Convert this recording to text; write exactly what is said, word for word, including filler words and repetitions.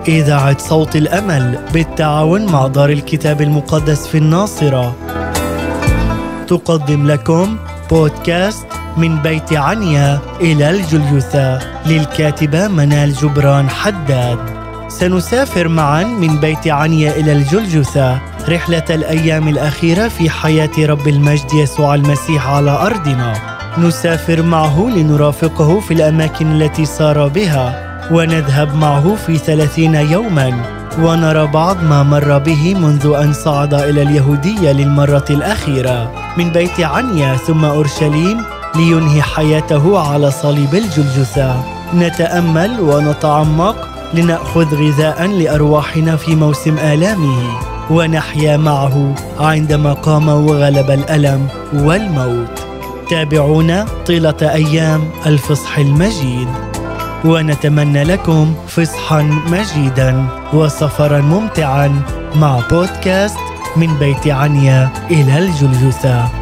إذاعة صوت الأمل بالتعاون مع دار الكتاب المقدس في الناصرة تقدم لكم بودكاست من بيت عنيا إلى الجلجثة للكاتبة منال جبران حداد. سنسافر معا من بيت عنيا إلى الجلجثة رحلة الأيام الأخيرة في حياة رب المجد يسوع المسيح على أرضنا. نسافر معه لنرافقه في الأماكن التي سار بها، ونذهب معه في ثلاثين يوماً ونرى بعض ما مر به منذ أن صعد إلى اليهودية للمرة الأخيرة من بيت عنيا ثم أورشليم لينهي حياته على صليب الجلجثة. نتأمل ونتعمق لنأخذ غذاء لأرواحنا في موسم آلامه، ونحيا معه عندما قام وغلب الألم والموت. تابعونا طيلة أيام الفصح المجيد، ونتمنى لكم فصحا مجيدا وسفرا ممتعا مع بودكاست من بيت عنيا إلى الجلجثة.